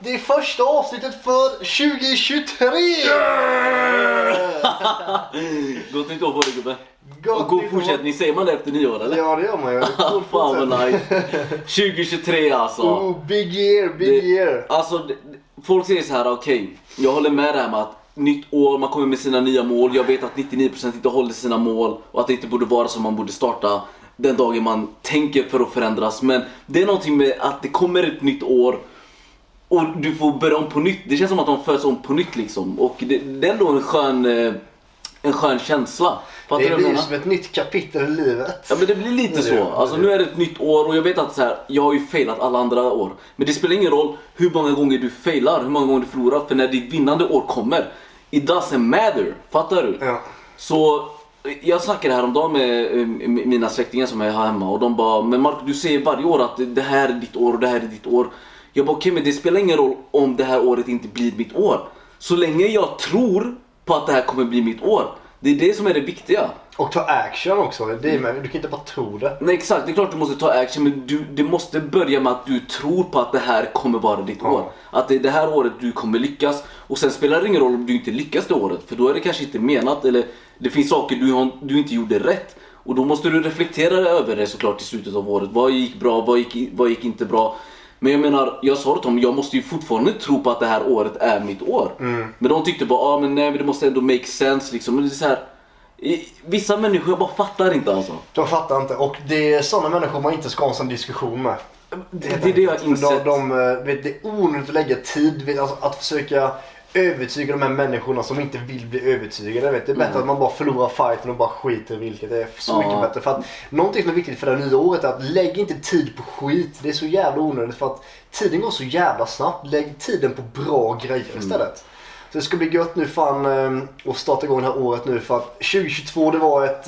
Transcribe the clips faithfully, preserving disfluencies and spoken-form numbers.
Det är första avsnittet för tjugo tjugotre! Gott nytt år på dig gubbe. Gott och god nytt fortsättning, säger man det efter nyår eller? Ja det gör man ju. Fan vad nice. tjugo tjugotre alltså. Oh, big year, big det, year. Alltså det, folk säger så här, okej, okay, jag håller med det här med att nytt år, man kommer med sina nya mål. Jag vet att nittionio procent inte håller sina mål och att det inte borde vara som man borde starta den dagen man tänker för att förändras. Men det är någonting med att det kommer ett nytt år och du får börja om på nytt. Det känns som att de föds om på nytt liksom. Och det, det är ändå en skön, en skön känsla. Fattar det blir som ett nytt kapitel i livet. Ja men det blir lite så. Alltså nu är det ett nytt år och jag vet att så här, jag har ju failat alla andra år. Men det spelar ingen roll hur många gånger du failar, hur många gånger du förlorar. För när ditt vinnande år kommer, it doesn't matter. Fattar du? Ja. Så jag snackade häromdagen med mina släktingar som är här hemma. Och de bara, men Mark, du säger varje år att det här är ditt år och det här är ditt år. Jag bara, okej okay, men det spelar ingen roll om det här året inte blir mitt år. Så länge jag tror på att det här kommer bli mitt år. Det är det som är det viktiga. Och ta action också. Det är med, du kan inte bara tro det. Nej exakt, det är klart du måste ta action. Men du, det måste börja med att du tror på att det här kommer vara ditt ja. år. Att det är det här året du kommer lyckas. Och sen spelar det ingen roll om du inte lyckas det året. För då är det kanske inte menat. Eller det finns saker du, har, du inte gjorde rätt. Och då måste du reflektera över det såklart i slutet av året. Vad gick bra, vad gick, vad gick inte bra. Men jag menar, jag sa det till dem, jag måste ju fortfarande tro på att det här året är mitt år. Mm. Men de tyckte bara, ja ah, men nej, det måste ändå make sense liksom. Men det är så här, vissa människor bara fattar inte alltså. De fattar inte, och det är sådana människor man inte ska ha en sån diskussion med. Det, det är det jag har insett. De, de, vet, det är onödigt att lägga tid vet, alltså, att försöka övertyga de här människorna som inte vill bli övertygade. Vet. Det är bättre mm. att man bara förlorar fighten och bara skiter i vilket. Det är så ja. mycket bättre. För att någonting som är viktigt för det nya året är att lägg inte tid på skit. Det är så jävla onödigt för att tiden går så jävla snabbt. Lägg tiden på bra grejer mm. istället. Så det ska bli gött nu fan att starta igång det här året nu. För att tjugo tjugotvå det var ett...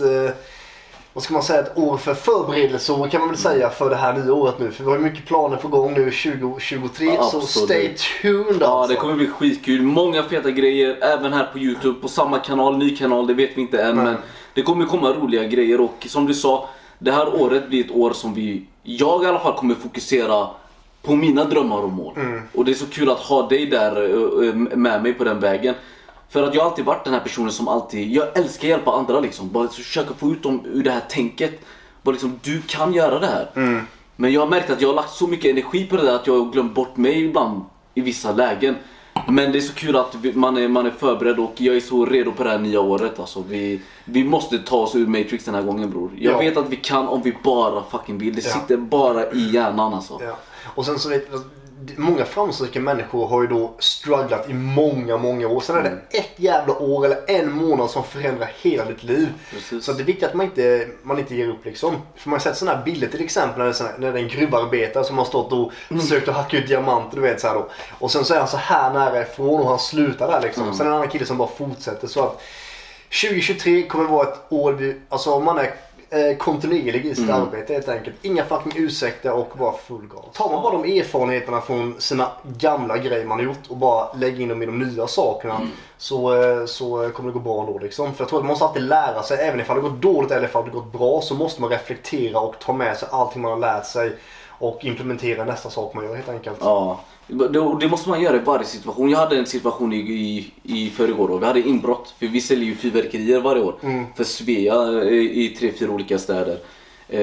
Vad ska man säga, ett år för förberedelseår kan man väl säga för det här nya året nu. För vi har ju mycket planer på gång nu tjugo tjugotre, ja, så stay tuned Ja, alltså. det kommer bli skitkul. Många feta grejer, även här på YouTube, på samma kanal, ny kanal, det vet vi inte än. Nej. Men det kommer komma roliga grejer och som du sa, det här året blir ett år som vi, jag i alla fall kommer fokusera på mina drömmar och mål. Mm. Och det är så kul att ha dig där med mig på den vägen. För att jag har alltid varit den här personen som alltid, jag älskar att hjälpa andra liksom. Bara försöka få ut dem ur det här tänket. Bara liksom, du kan göra det här. Mm. Men jag har märkt att jag har lagt så mycket energi på det där att jag har glömt bort mig ibland i vissa lägen. Men det är så kul att man är, man är förberedd och jag är så redo på det här nya året. Alltså, vi, vi måste ta oss ur Matrix den här gången bror. Jag ja. vet att vi kan om vi bara fucking vill. Det ja. sitter bara i hjärnan alltså. Ja. Och sen så vet många framgångsrika människor har ju då strugglat i många, många år. Sen är det mm. ett jävla år eller en månad som förändrar hela ditt liv. Precis. Så det är viktigt att man inte, man inte ger upp liksom. För man har sett sådana här bilder till exempel när det är, såna, när det är en gruvarbetare som har stått och mm. försökt att hacka ut diamanter, du vet så här då. Och sen så är han så här nära ifrån och han slutar där liksom. Mm. Sen är det en annan kille som bara fortsätter. Så att tjugo tjugotre kommer vara ett år, vi, alltså om man är kontinuerlig i sitt mm. arbete helt enkelt. Inga fucking ursäkter och bara full gas. Tar man bara de erfarenheterna från sina gamla grejer man har gjort och bara lägger in dem i de nya sakerna mm. så, så kommer det gå bra ändå liksom. För jag tror att man måste alltid lära sig, även ifall det går dåligt eller ifall det går bra, så måste man reflektera och ta med sig allting man har lärt sig och implementera nästa sak man gör helt enkelt. Ja, det, det måste man göra i varje situation. Jag hade en situation i, i, i förrgår då. Vi hade inbrott, för vi säljer ju fyrverkerier varje år mm. för Svea i, i tre, fyra olika städer. Eh,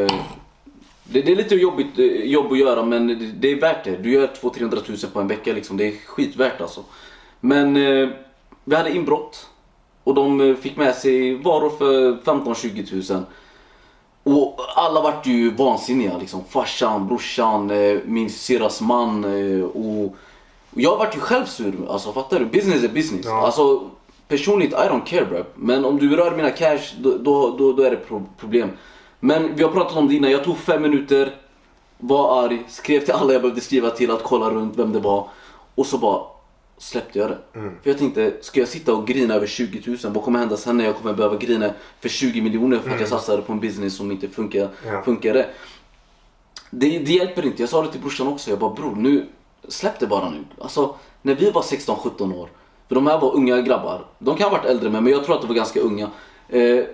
det, det är lite jobbigt jobb att göra, men det, det är värt det. Du gör två till trehundra tusen på en vecka liksom. Det är skitvärt alltså. Men eh, vi hade inbrott och de fick med sig varor för femton till tjugo tusen. Och alla vart ju vansinniga liksom. Farsan, brorsan, min syrras man och jag vart ju själv sur. Alltså fattar du? Business är business. Ja. Alltså personligt, I don't care bro. Men om du rör mina cash, då, då, då, då är det pro- problem. Men vi har pratat om det innan. Jag tog fem minuter, var arg, skrev till alla jag behövde skriva till att kolla runt vem det var. Och så bara släppte jag det. Mm. För jag tänkte, ska jag sitta och grina över tjugo tusen? Vad kommer hända sen när jag kommer behöva grina för tjugo miljoner för att mm. jag satsade på en business som inte funkar, ja. funkade? Det, det hjälper inte. Jag sa det till brorsan också. Jag bara, bror, nu släpp det bara nu. Alltså, när vi var sexton sjutton år, för de här var unga grabbar. De kan ha varit äldre med, men jag tror att de var ganska unga. Eh,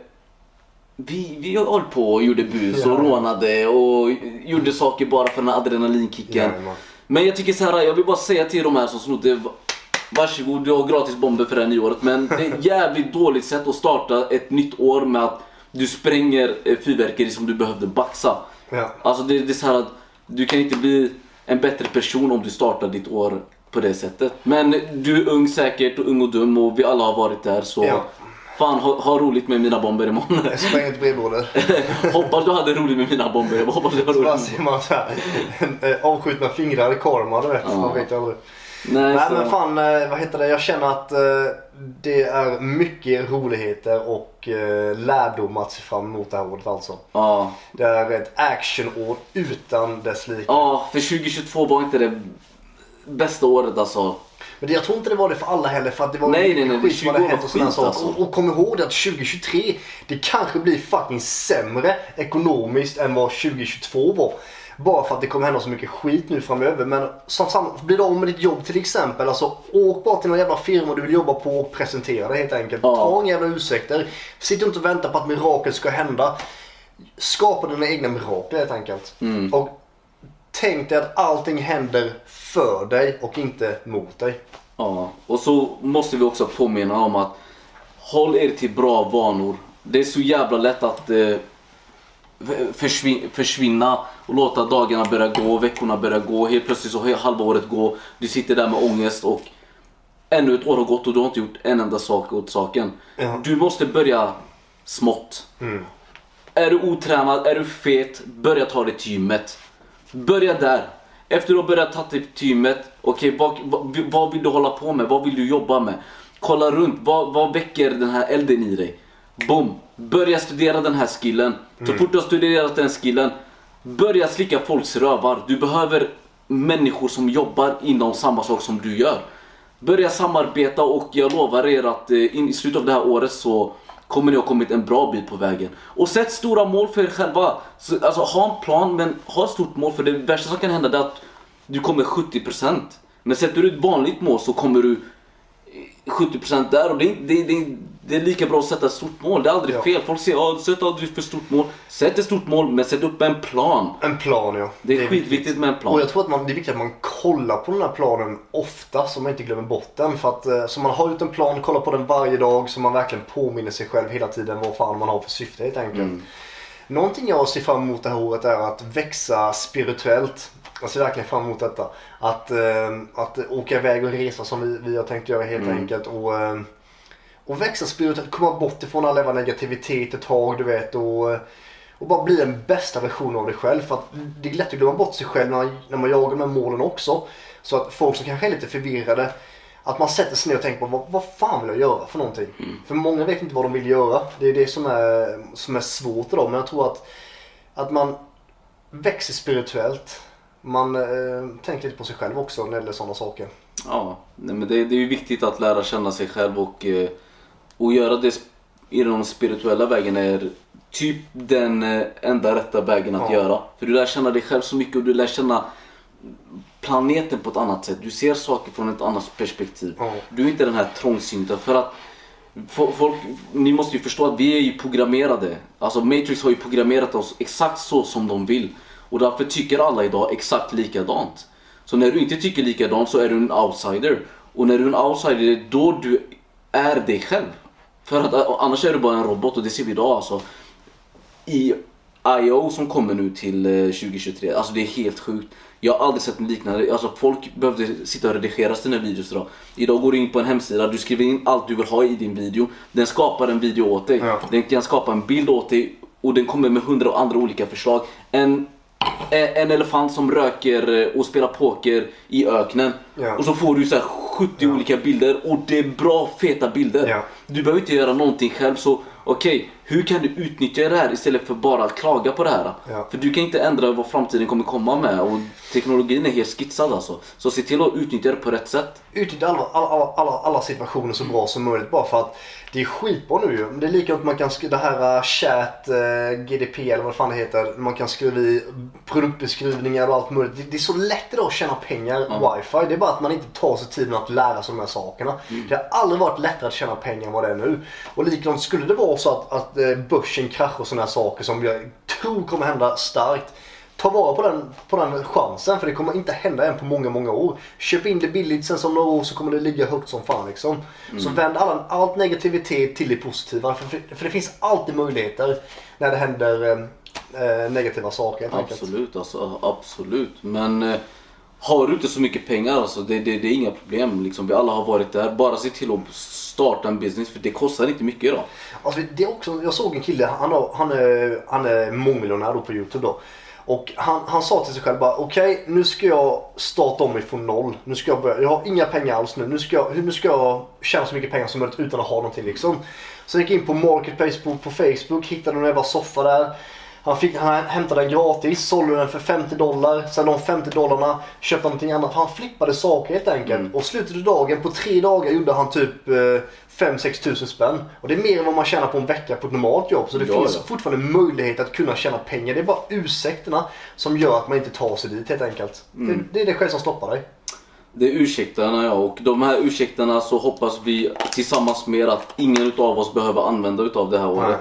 vi, vi höll på och gjorde bus och ja. rånade och gjorde saker bara för den här adrenalinkicken. Ja, Men jag tycker så här, jag vill bara säga till de här som snodde, varsågod, du har gratis bomber för det här nyåret. Men det är ett jävligt dåligt sätt att starta ett nytt år med att du spränger fyrverkeri som du behövde baxa. Ja. Alltså det, det är så här att du kan inte bli en bättre person om du startar ditt år på det sättet. Men du är ung säkert och ung och dum och vi alla har varit där så... Ja. Fan, ha, ha roligt med mina bomber imorgon. Jag spränger ett brevlådor. Hoppas du hade roligt med mina bomber. Hoppas du så bara ser man så här, avskjutna fingrar i karma, du vet. Ja. Man vet aldrig. Nej, Nej men fan, vad heter det? Jag känner att det är mycket roligheter och lärdom att se fram emot det här året alltså. Ja. Det är ett actionår utan dess like. Ja, för tjugohundratjugotvå var inte det bästa året alltså. Men det, jag tror inte det var det för alla heller, för att det var nej, nej, nej, skit som hade hänt och sådana saker. Alltså. Och, och kom ihåg att tjugohundratjugotre, det kanske blir fucking sämre ekonomiskt än vad tjugohundratjugotvå var. Bara för att det kommer hända så mycket skit nu framöver. Men som sam- blir du om med ditt jobb till exempel, alltså åk bara till någon jävla firma du vill jobba på och presentera det helt enkelt. Ja. Ta inga jävla ursäkter. Sitt inte och vänta på att mirakel ska hända. Skapa dina egna mirakel helt enkelt. Mm. Och tänk dig att allting händer för dig och inte mot dig. Ja, och så måste vi också påminna om att håll er till bra vanor. Det är så jävla lätt att eh, försvin- försvinna och låta dagarna börja gå, veckorna börja gå. Helt plötsligt så halva året gå. Du sitter där med ångest och ännu ett år har gått och du har inte gjort en enda sak åt saken. Ja. Du måste börja smått. Mm. Är du otränad, är du fet, börja ta det till gymmet. Börja där. Efter att du har börjat ta till gymmet, okej, okay, vad, vad, vad vill du hålla på med? Vad vill du jobba med? Kolla runt, vad, vad väcker den här elden i dig? Boom! Börja studera den här skillen. Så Mm. fort du har studerat den skillen, börja slicka folks rövar. Du behöver människor som jobbar inom samma sak som du gör. Börja samarbeta och jag lovar er att in, i slutet av det här året så kommer ni ha kommit en bra bit på vägen. Och sätt stora mål för er själva. Så, alltså ha en plan, men ha ett stort mål. För det värsta som kan hända är att du kommer sjuttio procent. Men sätter du ett vanligt mål så kommer du sjuttio procent där. Och det, det, det, det är lika bra att sätta ett stort mål. Det är aldrig ja. fel. Folk säger att sätt aldrig för stort mål. Sätt ett stort mål, men sätt upp en plan. En plan, ja. Det är, det är skitviktigt med en plan. Och jag tror att man, det är viktigt att man kollar på den här planen ofta, så man inte glömmer bort den. För att så man har ut en plan, kollar på den varje dag, så man verkligen påminner sig själv hela tiden vad fan man har för syfte helt enkelt. Mm. Någonting jag ser fram emot det här året är att växa spirituellt. Jag ser verkligen fram emot detta. Att, äh, att åka iväg och resa som vi, vi har tänkt göra helt mm. enkelt. Och, äh, och växa spirituellt, komma bort ifrån all leva negativitet ett tag, du vet. Och, och bara bli den bästa versionen av dig själv. För att det är lätt att glömma bort sig själv när, när man jagar de här målen också. Så att folk som kanske är lite förvirrade, att man sätter sig ner och tänker på vad, vad fan vill jag göra för någonting. Mm. För många vet inte vad de vill göra. Det är det som är, som är svårt idag. Men jag tror att, att man växer spirituellt. Man eh, tänker lite på sig själv också när det gäller sådana saker. Ja, nej, men det, det är ju viktigt att lära känna sig själv och, eh, och göra det i den spirituella vägen är typ den eh, enda rätta vägen att ja. göra. För du lär känna dig själv så mycket och du lär känna planeten på ett annat sätt. Du ser saker från ett annat perspektiv. Ja. Du är inte den här trångsynta för att folk, ni måste ju förstå att vi är ju programmerade. Alltså Matrix har ju programmerat oss exakt så som de vill. Och därför tycker alla idag exakt likadant. Så när du inte tycker likadant så är du en outsider. Och när du är en outsider, det är då du är dig själv. För att annars är du bara en robot och det ser vi idag alltså. I I O som kommer nu till tjugohundratjugotre, alltså det är helt sjukt. Jag har aldrig sett en liknande, alltså folk behövde sitta och redigera sina videos idag. Idag går du in på en hemsida, du skriver in allt du vill ha i din video. Den skapar en video åt dig. Ja. Den kan skapa en bild åt dig och den kommer med hundra andra olika förslag. En En elefant som röker och spelar poker i öknen. Ja. Och så får du så här sjuttio ja. olika bilder. Och det är bra feta bilder. Ja. Du behöver inte göra någonting själv. Så okej, okay, hur kan du utnyttja det här istället för bara att klaga på det här? Ja. För du kan inte ändra vad framtiden kommer komma med. Och teknologin är helt skitsad alltså. Så se till att utnyttja det på rätt sätt. Utnyttja alla, alla, alla, alla situationer så bra som möjligt. Bara för att det är skitbra nu ju. Det är likadant man kan skriva det här uh, chat, uh, G D P eller vad fan det heter. Man kan skriva i produktbeskrivningar och allt möjligt. Det, det är så lätt idag att tjäna pengar mm. wifi. Det är bara att man inte tar sig tiden att lära sig de här sakerna. Mm. Det har aldrig varit lättare att tjäna pengar än vad det är nu. Och likadant skulle det vara så att, att uh, börsen kraschar och sådana här saker som jag tror kommer hända starkt. ta vara på den, på den chansen, för det kommer inte hända än på många, många år. Köp in det billigt, sen som några år så kommer det ligga högt som fan liksom. Mm. Så vänd all, allt negativitet till det positiva, för, för, för det finns alltid möjligheter när det händer eh, negativa saker. Absolut, alltså, absolut. Men eh, har du inte så mycket pengar, alltså, det, det, det är inga problem. Liksom. Vi alla har varit där. Bara se till att starta en business, för det kostar inte mycket idag. Alltså, det är också, jag såg en kille, han, har, han är, han är mångmiljonär då på YouTube då. Och han, han sa till sig själv bara, okej, okay, nu ska jag starta om ifrån noll. Nu ska jag börja, jag har inga pengar alls nu. Nu ska jag, nu ska jag tjäna så mycket pengar som möjligt utan att ha någonting liksom. Så jag gick in på Marketplace på, på Facebook, hittade en jävla soffa där. Han, fick, han hämtade den gratis, sålde den för femtio dollar. Sen de femtio dollarna köpte någonting annat. Han flippade saker helt enkelt. Mm. Och slutet av dagen, på tre dagar gjorde han typ eh, fem sex tusen spänn. Och det är mer än vad man tjänar på en vecka på ett normalt jobb. Så det ja, finns ja. fortfarande möjlighet att kunna tjäna pengar. Det är bara ursäkterna som gör att man inte tar sig dit helt enkelt. Mm. Det, det är det själv som stoppar dig. Det är ursäkterna, ja. Och de här ursäkterna så hoppas vi tillsammans med att ingen av oss behöver använda utav det här året. Nej.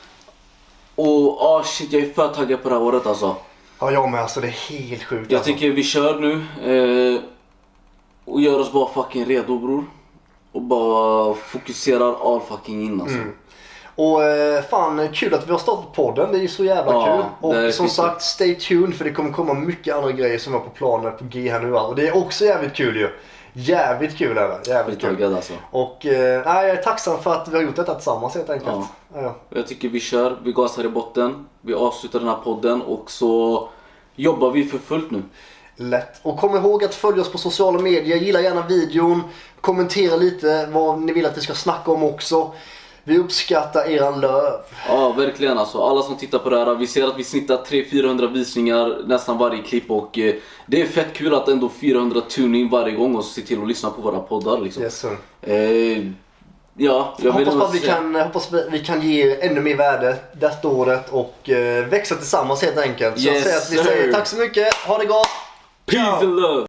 Och ah shit, jag är för taggad på det här året alltså. Ja, jag med, alltså det är helt sjukt. Jag alltså. tycker vi kör nu eh, och gör oss bara fucking redo, bror. Och bara fokuserar all fucking in alltså. Mm. Och eh, fan, kul att vi har startat podden, det är ju så jävla ja, kul. Och som sagt, stay tuned, för det kommer komma mycket andra grejer som är på planen på G här nu. Och det är också jävligt kul ju. Jävligt kul är det, jävligt kul. Taggad, alltså. Och eh, nej, jag är tacksam för att vi har gjort detta tillsammans helt enkelt. Ja. Ja. Jag tycker vi kör, vi gasar i botten, vi avslutar den här podden och så jobbar vi för fullt nu. Lätt. Och kom ihåg att följa oss på sociala medier, gilla gärna videon, kommentera lite vad ni vill att vi ska snacka om också. Vi uppskattar eran löv. Ja, verkligen alltså. Alla som tittar på det här, vi ser att vi snittar tre till fyrahundra visningar nästan varje klipp. Och eh, det är fett kul att ändå fyrahundra tune in varje gång och se till att lyssna på våra poddar liksom. Yes, sir. Eh, ja, jag hoppas att vi kan, hoppas vi kan ge ännu mer värde detta året och eh, växa tillsammans helt enkelt. Så yes, jag säger att vi säger tack så mycket, ha det gott! Peace and love!